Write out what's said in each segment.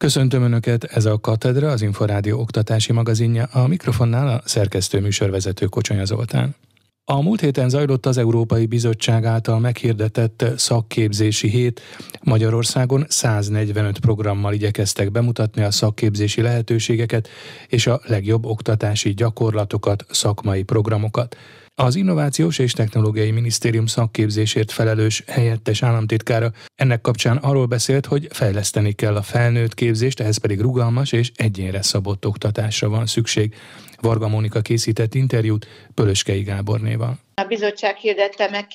Köszöntöm Önöket, ez a Katedra, az Inforádió oktatási magazinja, a mikrofonnál a szerkesztő műsorvezető Kocsonya Zoltán. A múlt héten zajlott az Európai Bizottság által meghirdetett szakképzési hét. Magyarországon 145 programmal igyekeztek bemutatni a szakképzési lehetőségeket és a legjobb oktatási gyakorlatokat, szakmai programokat. Az Innovációs és Technológiai Minisztérium szakképzésért felelős helyettes államtitkára ennek kapcsán arról beszélt, hogy fejleszteni kell a felnőtt képzést, ehhez pedig rugalmas és egyénre szabott oktatásra van szükség. Varga Mónika készített interjút Pölöskei Gábornéval. A bizottság hirdette meg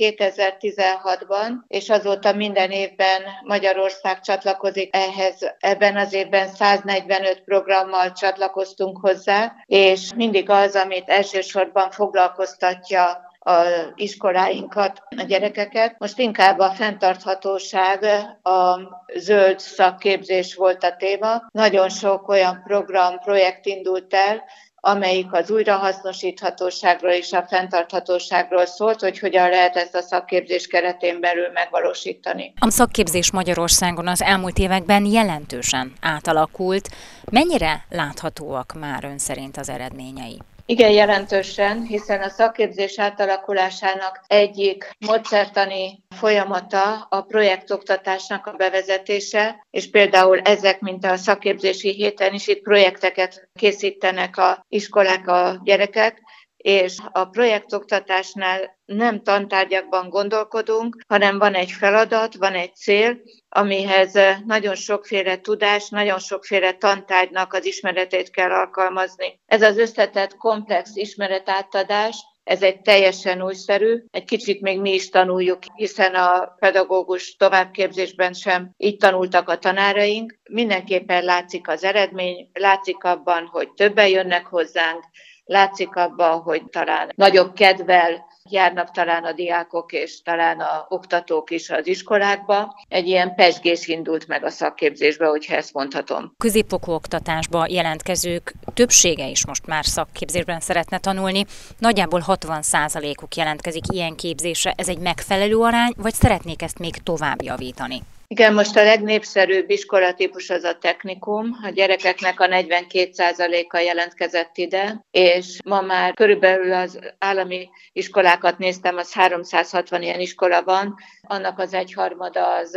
2016-ban, és azóta minden évben Magyarország csatlakozik ehhez. Ebben az évben 145 programmal csatlakoztunk hozzá, és mindig az, amit elsősorban foglalkoztatja az iskoláinkat, a gyerekeket. Most inkább a fenntarthatóság, a zöld szakképzés volt a téma. Nagyon sok olyan projekt indult el, amelyik az újrahasznosíthatóságról és a fenntarthatóságról szólt, hogy hogyan lehet ezt a szakképzés keretén belül megvalósítani. A szakképzés Magyarországon az elmúlt években jelentősen átalakult. Mennyire láthatóak már ön szerint az eredményei? Igen, jelentősen, hiszen a szakképzés átalakulásának egyik módszertani folyamata a projektoktatásnak a bevezetése, és például ezek, mint a szakképzési héten is itt projekteket készítenek az iskolák, a gyerekek, és a projektoktatásnál nem tantárgyakban gondolkodunk, hanem van egy feladat, van egy cél, amihez nagyon sokféle tudás, nagyon sokféle tantárgynak az ismeretét kell alkalmazni. Ez az összetett, komplex ismeretátadás, ez egy teljesen újszerű, egy kicsit még mi is tanuljuk, hiszen a pedagógus továbbképzésben sem így tanultak a tanáraink. Mindenképpen látszik az eredmény, látszik abban, hogy többen jönnek hozzánk, látszik abban, hogy talán nagyobb kedvel járnak talán a diákok és talán a oktatók is az iskolákba. Egy ilyen pezsgés indult meg a szakképzésbe, hogyha ezt mondhatom. Középfokú oktatásba jelentkezők többsége is most már szakképzésben szeretne tanulni. Nagyjából 60%-uk jelentkezik ilyen képzésre. Ez egy megfelelő arány, vagy szeretnék ezt még tovább javítani? Igen, most a legnépszerűbb iskolatípus az a technikum. A gyerekeknek a 42%-a jelentkezett ide, és ma már körülbelül az állami iskolákat néztem, az 360 ilyen iskola van. Annak az egyharmada az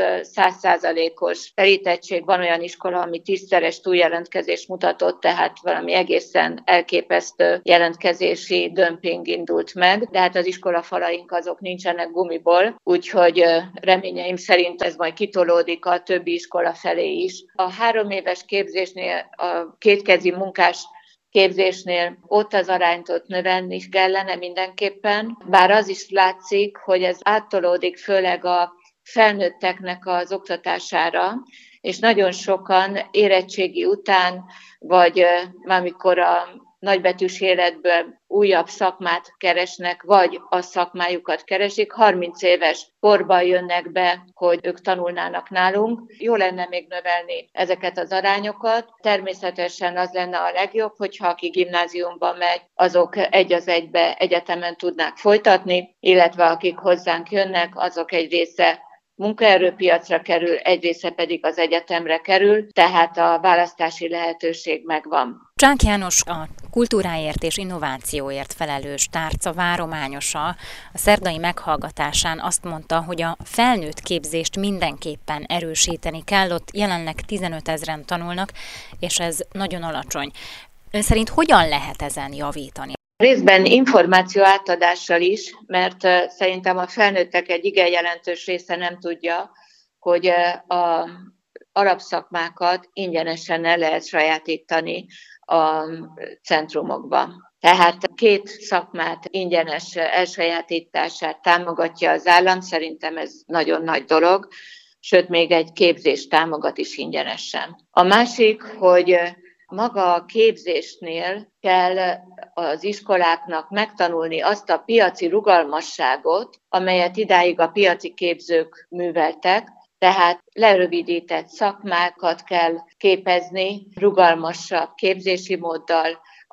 100%-os terítettség. Van olyan iskola, ami 10-szeres túljelentkezést mutatott, tehát valami egészen elképesztő jelentkezési dömping indult meg, de hát az iskolafalaink azok nincsenek gumiból, úgyhogy reményeim szerint ez majd kitolódik a többi iskola felé is. A 3 éves képzésnél, a kétkezi munkás képzésnél ott az arányt ott növelni kellene mindenképpen, bár az is látszik, hogy ez áttolódik főleg a felnőtteknek az oktatására, és nagyon sokan érettségi után, vagy amikor a nagybetűs életből újabb szakmát keresnek, vagy a szakmájukat keresik, 30 éves korban jönnek be, hogy ők tanulnának nálunk. Jó lenne még növelni ezeket az arányokat. Természetesen az lenne a legjobb, hogyha aki gimnáziumba megy, azok egy az egybe egyetemen tudnák folytatni, illetve akik hozzánk jönnek, azok egy része munkaerőpiacra kerül, egy része pedig az egyetemre kerül, tehát a választási lehetőség megvan. Csák János, a kultúráért és innovációért felelős tárca várományosa a szerdai meghallgatásán azt mondta, hogy a felnőtt képzést mindenképpen erősíteni kell, ott jelenleg 15 000 tanulnak, és ez nagyon alacsony. Ön szerint hogyan lehet ezen javítani? Részben információ átadással is, mert szerintem a felnőttek egy igen jelentős része nem tudja, hogy a alapszakmákat ingyenesen el lehet sajátítani a centrumokban. Tehát 2 szakmát ingyenes elsajátítását támogatja az állam, szerintem ez nagyon nagy dolog, sőt még egy képzést támogat is ingyenesen. A másik, hogy maga a képzésnél kell az iskoláknak megtanulni azt a piaci rugalmasságot, amelyet idáig a piaci képzők műveltek, tehát lerövidített szakmákat kell képezni rugalmasabb képzési móddal,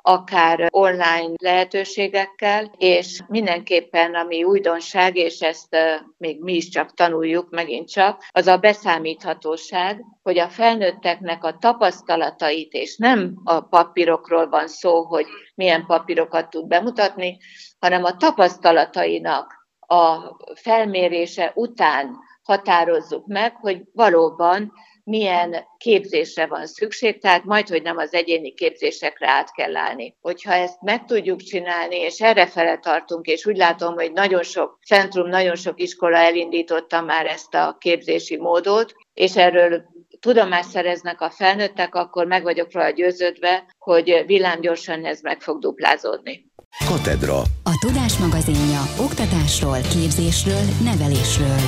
akár online lehetőségekkel, és mindenképpen ami újdonság, és ezt még mi is csak tanuljuk megint csak, az a beszámíthatóság, hogy a felnőtteknek a tapasztalatait, és nem a papírokról van szó, hogy milyen papírokat tud bemutatni, hanem a tapasztalatainak a felmérése után határozzuk meg, hogy valóban milyen képzésre van szükség, tehát majdhogy nem az egyéni képzésekre át kell állni. Hogyha ezt meg tudjuk csinálni, és errefele tartunk, és úgy látom, hogy nagyon sok centrum, nagyon sok iskola elindította már ezt a képzési módot, és erről tudomást szereznek a felnőttek, akkor meg vagyok róla győződve, hogy villámgyorsan ez meg fog duplázódni. Katedra. A Tudás magazinja oktatásról, képzésről, nevelésről.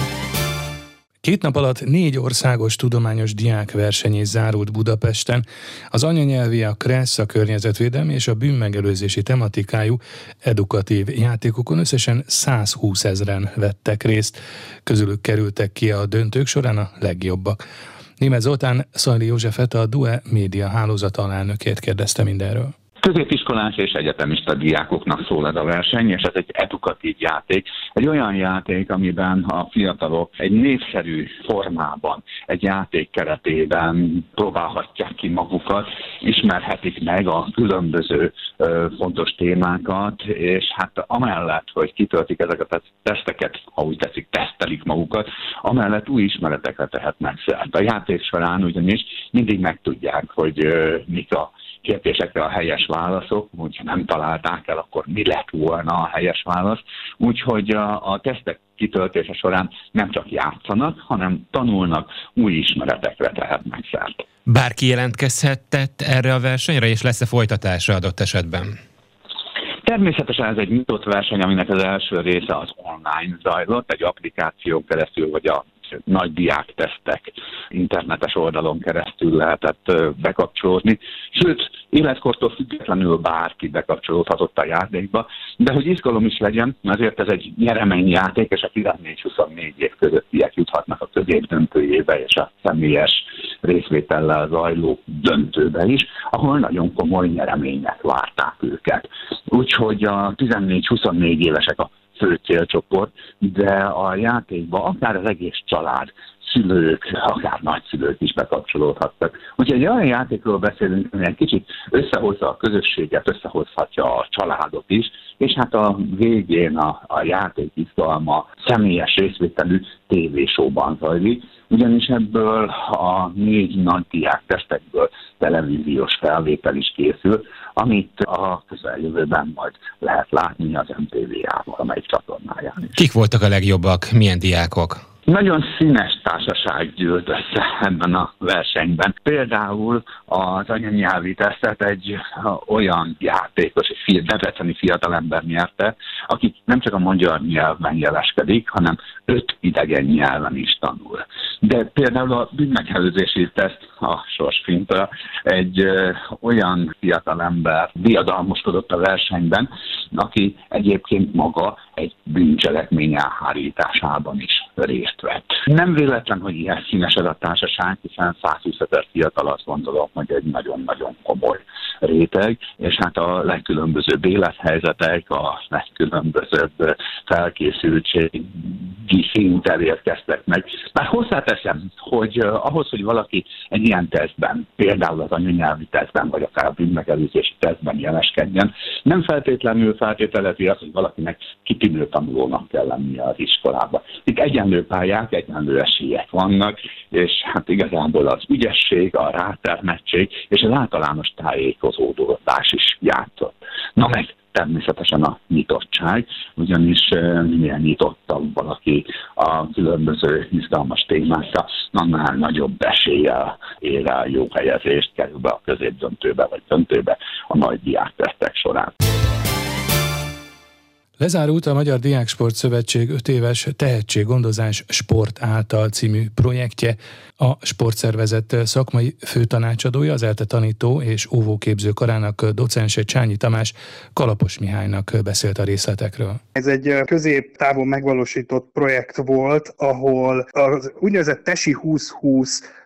2 nap alatt 4 országos tudományos diákversenyés zárult Budapesten. Az anyanyelvi, a KRESZ, a környezetvédelmi és a bűnmegelőzési tematikájú edukatív játékokon összesen 120 000 vettek részt. Közülük kerültek ki a döntők során a legjobbak. Németh Zoltán Szajli Józsefet, a DUE média hálózat alelnökét kérdezte mindenről. Középiskolás és egyetemista diákoknak szól ez a verseny, és ez egy edukatív játék. Egy olyan játék, amiben a fiatalok egy népszerű formában, egy játék keretében próbálhatják ki magukat, ismerhetik meg a különböző fontos témákat, és hát amellett, hogy kitöltik ezeket a teszteket, ha úgy teszik, tesztelik magukat, amellett új ismeretekre tehetnek szert. A játék során ugyanis mindig megtudják, hogy mik a kérdésekre a helyes válaszok, hogyha nem találták el, akkor mi lett volna a helyes válasz. Úgyhogy a tesztek kitöltése során nem csak játszanak, hanem tanulnak, új ismeretekre tehetnek szert. Bárki jelentkezhetett erre a versenyre, és lesz-e folytatása adott esetben? Természetesen ez egy nyitott verseny, aminek az első része az online zajlott, egy applikáción keresztül, vagy a nagy diáktesztek internetes oldalon keresztül lehetett bekapcsolódni. Sőt, életkortól függetlenül bárki bekapcsolódhatott a játékba, de hogy izgalom is legyen, azért ez egy nyereményjáték, és a 14-24 év közöttiek juthatnak a középdöntőjébe és a személyes részvétellel zajló döntőbe is, ahol nagyon komoly nyeremények várták őket. Úgyhogy a 14-24 évesek a fő célcsoport, de a játékba akár az egész család, szülők, akár nagyszülők is bekapcsolódhattak. Úgyhogy egy olyan játékról beszélünk, ami egy kicsit összehozza a közösséget, összehozhatja a családot is, és hát a végén a játék izgalma személyes részvételű tévésóban zajlik, ugyanis ebből a 4 nagy diáktesztekből televíziós felvétel is készül, amit a közeljövőben majd lehet látni az MTV-jával, amelyik csatornáján is. Kik voltak a legjobbak? Milyen diákok? Nagyon színes társaság gyűlt össze ebben a versenyben. Például az anyanyelvi tesztet egy olyan játékos, egy debreceni fiatalember nyerte, aki nem csak a magyar nyelven jeleskedik, hanem 5 idegen nyelven is tanul. De például a bűnmegelőzési teszt, a sorsfinta, egy olyan fiatalember diadalmoskodott a versenyben, aki egyébként maga egy bűncselekmény elhárításában is részt vett. Nem véletlen, hogy ilyen színes ez a társaság, hiszen 120 000 fiatal, azt gondolom, hogy egy nagyon-nagyon komoly réteg, és hát a legkülönbözőbb élethelyzetek, a legkülönbözőbb felkészültségi szinten érkeztek meg. Bár hozzáteszem, hogy ahhoz, hogy valaki egy ilyen tesztben, például az anyanyelvi tesztben, vagy akár a bűnmegelőzési tesztben jeleskedjen, nem feltétlenül feltételezi azt, hogy valakinek kitűnő tanulónak kell lennie az iskolában. Itt egyenlő pályák, egyenlő esélyek vannak, és hát igazából az ügyesség, a rátermettség és az általános tájékozódás is játszott. Na meg természetesen a nyitottság, ugyanis minél nyitottabb valaki a különböző izgalmas témákra, annál nagyobb eséllyel ér el jó helyezést, kerül be a középdöntőbe vagy döntőbe a nagy diáktesztek során. Lezárult a Magyar Diáksport Szövetség 5 éves Tehetséggondozás Sport által című projektje. A sportszervezet szakmai főtanácsadója, az ELTE tanító és óvóképző karának docense Csányi Tamás Kalapos Mihálynak beszélt a részletekről. Ez egy középtávon megvalósított projekt volt, ahol az úgynevezett TESI 2020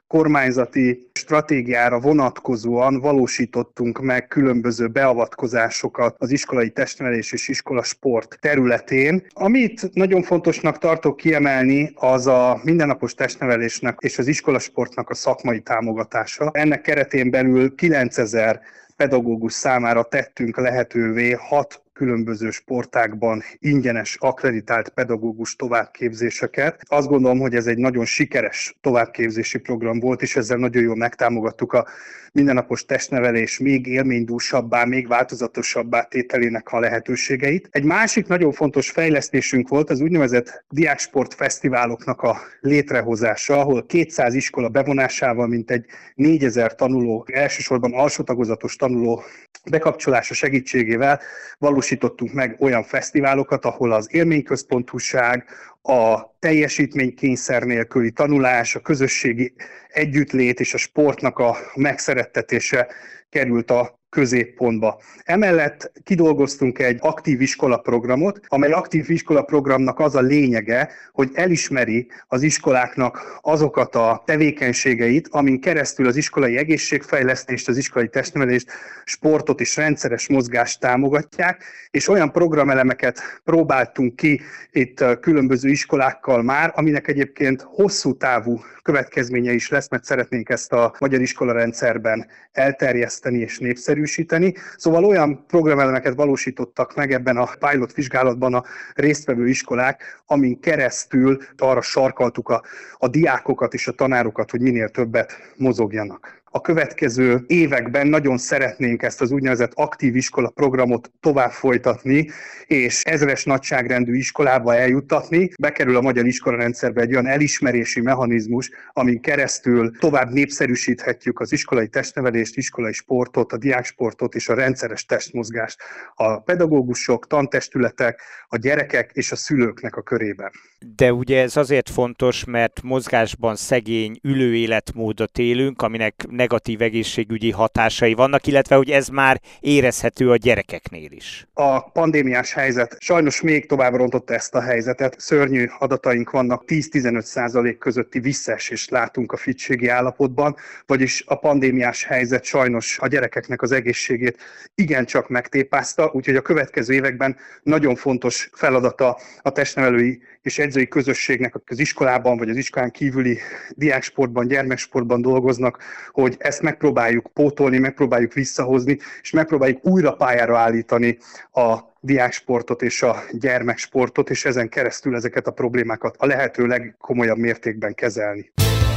kormányzati stratégiára vonatkozóan valósítottunk meg különböző beavatkozásokat az iskolai testnevelés és iskolasport területén. Amit nagyon fontosnak tartok kiemelni, az a mindennapos testnevelésnek és az iskolasportnak a szakmai támogatása. Ennek keretén belül 9000 pedagógus számára tettünk lehetővé 6 különböző sportágban ingyenes, akkreditált pedagógus továbbképzéseket. Azt gondolom, hogy ez egy nagyon sikeres továbbképzési program volt, és ezzel nagyon jól megtámogattuk a mindennapos testnevelés még élménydúsabbá, még változatosabbá tételének a lehetőségeit. Egy másik nagyon fontos fejlesztésünk volt az úgynevezett diáksport fesztiváloknak a létrehozása, ahol 200 iskola bevonásával, mintegy 4000 tanuló, elsősorban alsótagozatos tanuló bekapcsolása segítségével valósítottunk meg olyan fesztiválokat, ahol az élményközpontúság, a teljesítménykényszer nélküli tanulás, a közösségi együttlét és a sportnak a megszerettetése került a középpontba. Emellett kidolgoztunk egy aktív iskola programot, amely aktív iskola programnak az a lényege, hogy elismeri az iskoláknak azokat a tevékenységeit, amin keresztül az iskolai egészségfejlesztést, az iskolai testnevelést, sportot és rendszeres mozgást támogatják, és olyan programelemeket próbáltunk ki itt különböző iskolákkal már, aminek egyébként hosszú távú következménye is lesz, mert szeretnénk ezt a magyar iskolarendszerben elterjeszteni és népszerűsíteni. Szóval olyan programelemeket valósítottak meg ebben a pilot vizsgálatban a résztvevő iskolák, amin keresztül arra sarkaltuk a diákokat és a tanárokat, hogy minél többet mozogjanak. A következő években nagyon szeretnénk ezt az úgynevezett aktív iskola programot tovább folytatni, és ezres nagyságrendű iskolába eljuttatni. Bekerül a magyar iskolarendszerbe egy olyan elismerési mechanizmus, amin keresztül tovább népszerűsíthetjük az iskolai testnevelést, iskolai sportot, a diáksportot és a rendszeres testmozgást a pedagógusok, tantestületek, a gyerekek és a szülőknek a körében. De ugye ez azért fontos, mert mozgásban szegény, ülő életmódot élünk, aminek negatív egészségügyi hatásai vannak, illetve hogy ez már érezhető a gyerekeknél is. A pandémiás helyzet sajnos még tovább rontotta ezt a helyzetet. Szörnyű adataink vannak, 10-15% közötti visszaesést látunk a fittségi állapotban, vagyis a pandémiás helyzet sajnos a gyerekeknek az egészségét igencsak megtépázta, úgyhogy a következő években nagyon fontos feladata a testnevelői és edzői közösségnek az iskolában vagy az iskolán kívüli diáksportban, gyermeksportban dolgoznak, hogy ezt megpróbáljuk pótolni, megpróbáljuk visszahozni, és megpróbáljuk újra pályára állítani a diáksportot és a gyermeksportot, és ezen keresztül ezeket a problémákat a lehető legkomolyabb mértékben kezelni.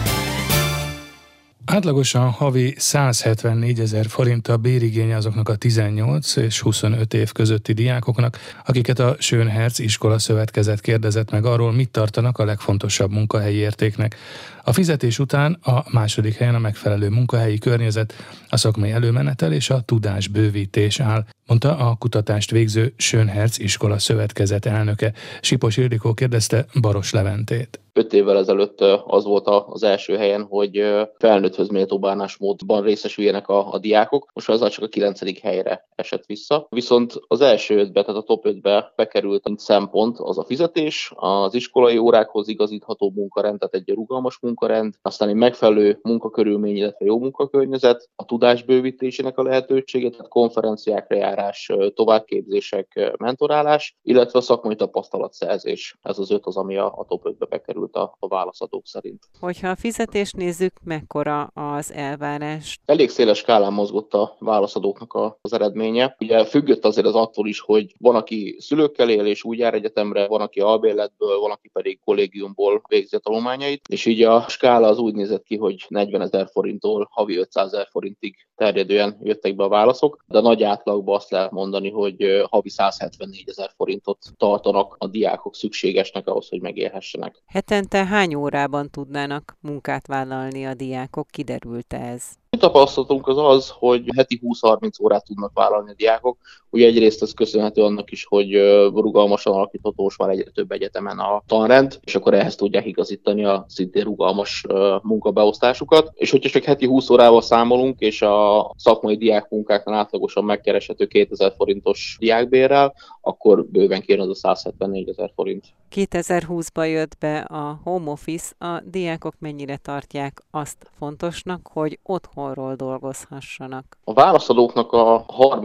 Átlagosan havi 174 000 forint a bérigénye azoknak a 18 és 25 év közötti diákoknak, akiket a Schönherz Iskola Szövetkezet kérdezett meg arról, mit tartanak a legfontosabb munkahelyi értéknek. A fizetés után a második helyen a megfelelő munkahelyi környezet, a szakmai előmenetel és a tudásbővítés áll, mondta a kutatást végző Schönherz Iskola Szövetkezet elnöke. Sipos Ildikó kérdezte Baros Leventét. 5 évvel ezelőtt az volt az első helyen, hogy felnőtthöz méltó bánásmódban részesüljenek a diákok. Most azzal csak a 9. helyre esett vissza. Viszont az első 5-be, tehát a top 5-be bekerült, mint szempont az a fizetés, az iskolai órákhoz igazítható munkarend, tehát egy rugalmas munkarend, aztán egy megfelelő munkakörülmény, illetve jó munkakörnyezet, a tudásbővítésének a lehetősége, tehát konferenciákra járás, továbbképzések, mentorálás, illetve a szakmai tapasztalatszerzés. Ez az 5 az, ami a top 5-be bekerült a válaszadók szerint. Hogyha a fizetést nézzük, mekkora az elvárás? Elég széles skálán mozgott a válaszadóknak az eredménye. Ugye függött azért az attól is, hogy van, aki szülőkkel él és úgy jár egyetemre, van, aki albérletből, van, aki pedig kollégiumból végzi a tanulmányait, és így a skála az úgy nézett ki, hogy 40 000 forinttól havi 500 000 forintig terjedően jöttek be a válaszok, de a nagy átlagban azt lehet mondani, hogy havi 174 000 forintot tartanak a diákok szükségesnek ahhoz, hogy megélhessenek. Hetente hány órában tudnának munkát vállalni a diákok? Kiderült ez? Tapasztalatunk az, hogy heti 20-30 órát tudnak vállalni a diákok. Ugye egyrészt ez köszönhető annak is, hogy rugalmasan alakítható most már egyre több egyetemen a tanrend, és akkor ehhez tudják igazítani a szintén rugalmas munkabeosztásukat. És hogyha csak heti 20 órával számolunk, és a szakmai diákmunkáknál átlagosan megkereshető 2000 forintos diákbérrel, akkor bőven kéne az a 174 000 forint. 2020-ban jött be a home office, a diákok mennyire tartják azt fontosnak, hogy otthonról dolgozhassanak? A válaszadóknak a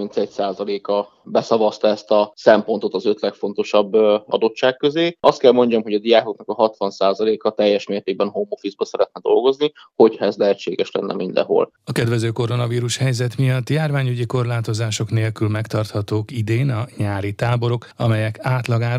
31%-a beszavazta ezt a szempontot az 5 legfontosabb adottság közé. Azt kell mondjam, hogy a diákoknak a 60%-a teljes mértékben home office-ba szeretne dolgozni, hogyha ez lehetséges lenne mindenhol. A kedvező koronavírus helyzet miatt járványügyi korlátozások nélkül megtarthatók idén a nyári táborok, amelyek átlagára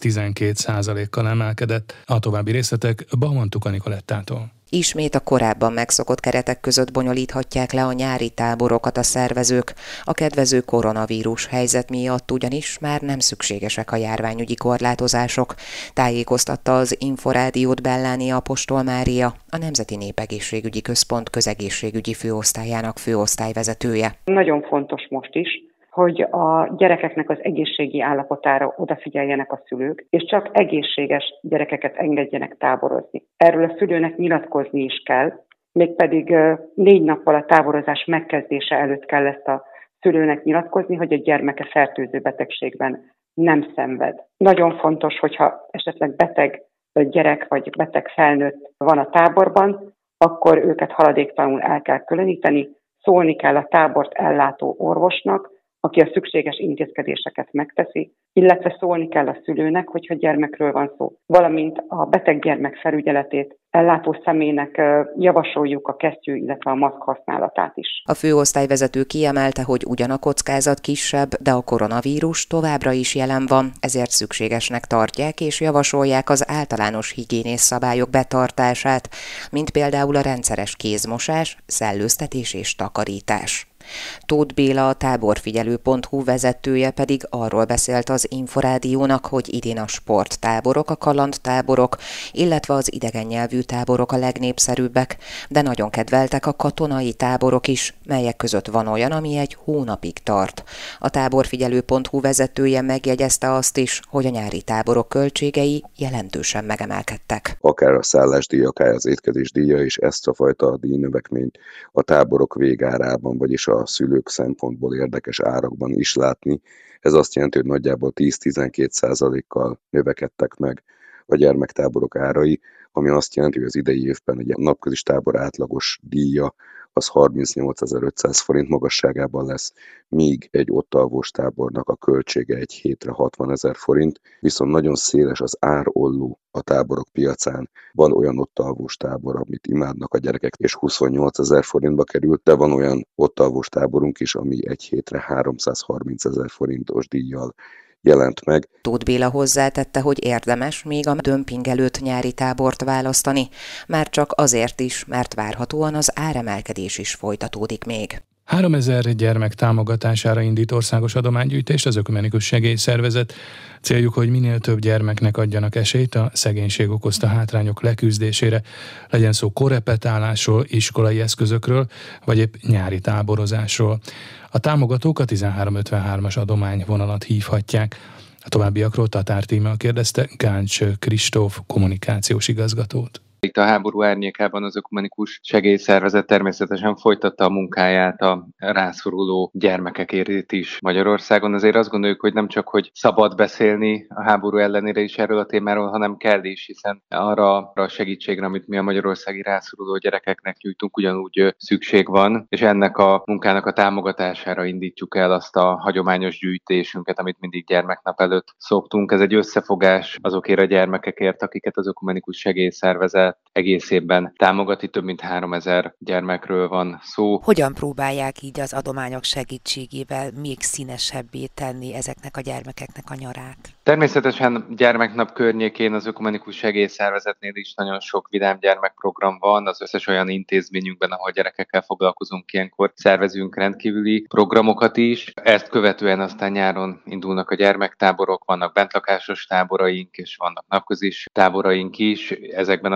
10-12%-kal emelkedett. A további részletek Baumann Tuka Nikolettától. Ismét a korábban megszokott keretek között bonyolíthatják le a nyári táborokat a szervezők. A kedvező koronavírus helyzet miatt ugyanis már nem szükségesek a járványügyi korlátozások, tájékoztatta az Inforádiót Belláni Apostol Mária, a Nemzeti Népegészségügyi Központ közegészségügyi főosztályának főosztályvezetője. Nagyon fontos most is, hogy a gyerekeknek az egészségi állapotára odafigyeljenek a szülők, és csak egészséges gyerekeket engedjenek táborozni. Erről a szülőnek nyilatkozni is kell, mégpedig 4 nappal a táborozás megkezdése előtt kell ezt a szülőnek nyilatkozni, hogy a gyermeke fertőző betegségben nem szenved. Nagyon fontos, hogyha esetleg beteg gyerek vagy beteg felnőtt van a táborban, akkor őket haladéktalanul el kell különíteni, szólni kell a tábort ellátó orvosnak, aki a szükséges intézkedéseket megteszi, illetve szólni kell a szülőnek, hogyha gyermekről van szó. Valamint a beteg gyermek felügyeletét ellátó személynek javasoljuk a kesztyű, illetve a maszk használatát is. A főosztályvezető kiemelte, hogy ugyan a kockázat kisebb, de a koronavírus továbbra is jelen van, ezért szükségesnek tartják és javasolják az általános higiénész szabályok betartását, mint például a rendszeres kézmosás, szellőztetés és takarítás. Tóth Béla, a táborfigyelő.hu vezetője pedig arról beszélt az Inforádiónak, hogy idén a sporttáborok, a kalandtáborok, illetve az idegen nyelvű táborok a legnépszerűbbek, de nagyon kedveltek a katonai táborok is, melyek között van olyan, ami 1 hónapig tart. A táborfigyelő.hu vezetője megjegyezte azt is, hogy a nyári táborok költségei jelentősen megemelkedtek. Akár a szállásdíj, akár az étkezésdíja, és ezt a fajta díjnövekményt a táborok végárában, vagyis a szülők szempontból érdekes árakban is látni. Ez azt jelenti, hogy nagyjából 10-12%-kal növekedtek meg a gyermektáborok árai, ami azt jelenti, hogy az idei évben egy napközis tábor átlagos díja az 38.500 forint magasságában lesz, míg egy ott alvós tábornak a költsége egy hétre 60.000 forint, viszont nagyon széles az árolló a táborok piacán. Van olyan ott alvós tábor, amit imádnak a gyerekek, és 28.000 forintba került, de van olyan ott alvós táborunk is, ami egy hétre 330.000 forintos díjjal jelent meg. Tóth Béla hozzátette, hogy érdemes még a dömping előtt nyári tábort választani, már csak azért is, mert várhatóan az áremelkedés is folytatódik még. 3000 gyermek támogatására indít országos adománygyűjtést az Ökumenikus Segélyszervezet. Céljuk, hogy minél több gyermeknek adjanak esélyt a szegénység okozta hátrányok leküzdésére, legyen szó korrepetálásról, iskolai eszközökről, vagy épp nyári táborozásról. A támogatók a 1353-as adományvonalat hívhatják. A továbbiakról Tatár Tímea kérdezte Gáncs Kristóf kommunikációs igazgatót. Itt a háború árnyékában az Ökumenikus Segélyszervezet természetesen folytatta a munkáját a rászoruló gyermekekért is Magyarországon. Azért azt gondoljuk, hogy nem csak, hogy szabad beszélni a háború ellenére is erről a témáról, hanem kell is, hiszen arra a segítségre, amit mi a magyarországi rászoruló gyerekeknek nyújtunk, ugyanúgy szükség van, és ennek a munkának a támogatására indítjuk el azt a hagyományos gyűjtésünket, amit mindig gyermeknap előtt szoktunk. Ez egy összefogás azokért a gyermekekért, akiket az Ökumenikus Segélyszervezet egész évben támogatni, több mint 3000 gyermekről van szó. Hogyan próbálják így az adományok segítségével még színesebbé tenni ezeknek a gyermekeknek a nyarát? Természetesen gyermeknap környékén az Ökumenikus Segélyszervezetnél is nagyon sok vidám gyermekprogram van, az összes olyan intézményünkben, ahol gyerekekkel foglalkozunk, ilyenkor szervezünk rendkívüli programokat is. Ezt követően aztán nyáron indulnak a gyermektáborok, vannak bentlakásos táboraink, és vannak napközis táboraink is. Ezekben a táborokban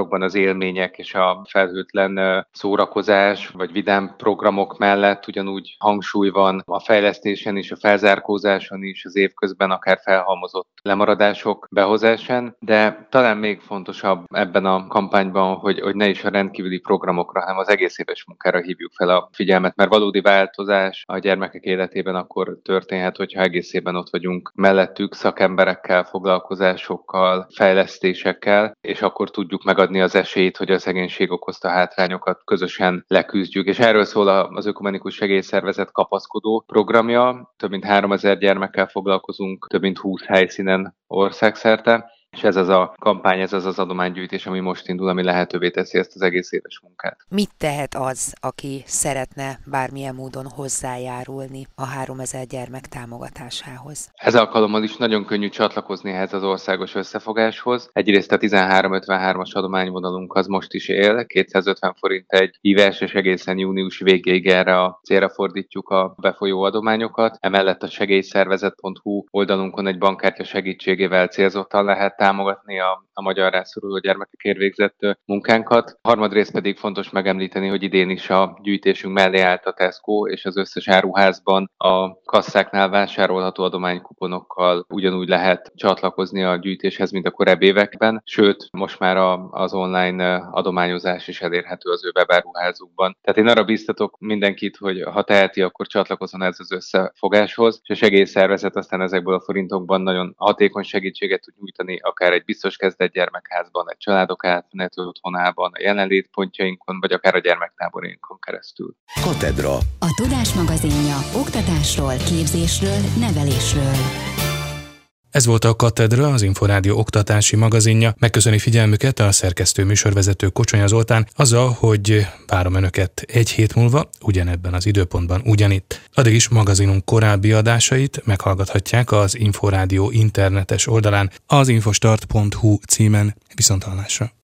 azokban az élmények és a felhőtlen szórakozás vagy vidám programok mellett ugyanúgy hangsúly van a fejlesztésen és a felzárkózáson is, az évközben akár felhalmozott lemaradások behozásán, de talán még fontosabb ebben a kampányban, hogy ne is a rendkívüli programokra, hanem az egész éves munkára hívjuk fel a figyelmet, mert valódi változás a gyermekek életében akkor történhet, hogyha egész évben ott vagyunk mellettük szakemberekkel, foglalkozásokkal, fejlesztésekkel, és akkor tudjuk megadni az esélyt, hogy a szegénység okozta hátrányokat közösen leküzdjük. És erről szól az Ökumenikus Segélyszervezet kapaszkodó programja. Több mint 3000 gyermekkel foglalkozunk, több mint 20 helyszínen országszerte. És ez az a kampány, ez az az adománygyűjtés, ami most indul, ami lehetővé teszi ezt az egész éves munkát. Mit tehet az, aki szeretne bármilyen módon hozzájárulni a 3000 gyermek támogatásához? Ez alkalommal is nagyon könnyű csatlakozni ehhez az országos összefogáshoz. Egyrészt a 1353-as adományvonalunk az most is él, 250 forint egy hívás, és egészen június végéig erre a célra fordítjuk a befolyó adományokat. Emellett a segélyszervezet.hu oldalunkon egy bankkártya segítségével célzottan lehet támogatni a magyar rászoruló gyermekekért végzett munkánkat. Harmadrészt pedig fontos megemlíteni, hogy idén is a gyűjtésünk mellé állt a Tesco, és az összes áruházban a kasszáknál vásárolható adománykuponokkal ugyanúgy lehet csatlakozni a gyűjtéshez, mint a korábbi években, sőt, most már az online adományozás is elérhető az ő webáruházukban. Tehát én arra bíztatok mindenkit, hogy ha teheti, akkor csatlakozzon ez az összefogáshoz, és a segélyszervezet aztán ezekből a forintokban nagyon hatékony segítséget tud nyújtani, akár egy biztos kezdett gyermekházban, egy családok átmenető otthonában, a jelenlétpontjainkon, vagy akár a gyermektáborainkon keresztül. Katedra. A Tudás magazinja oktatásról, képzésről, nevelésről. Ez volt a Katedra, az Inforádió oktatási magazinja. Megköszöni figyelmüket a szerkesztő műsorvezető Kocsonya Zoltán azzal, hogy várom önöket egy hét múlva, ugyanebben az időpontban ugyanitt. Addig is magazinunk korábbi adásait meghallgathatják az Inforádió internetes oldalán, az infostart.hu címen. Viszonthallásra.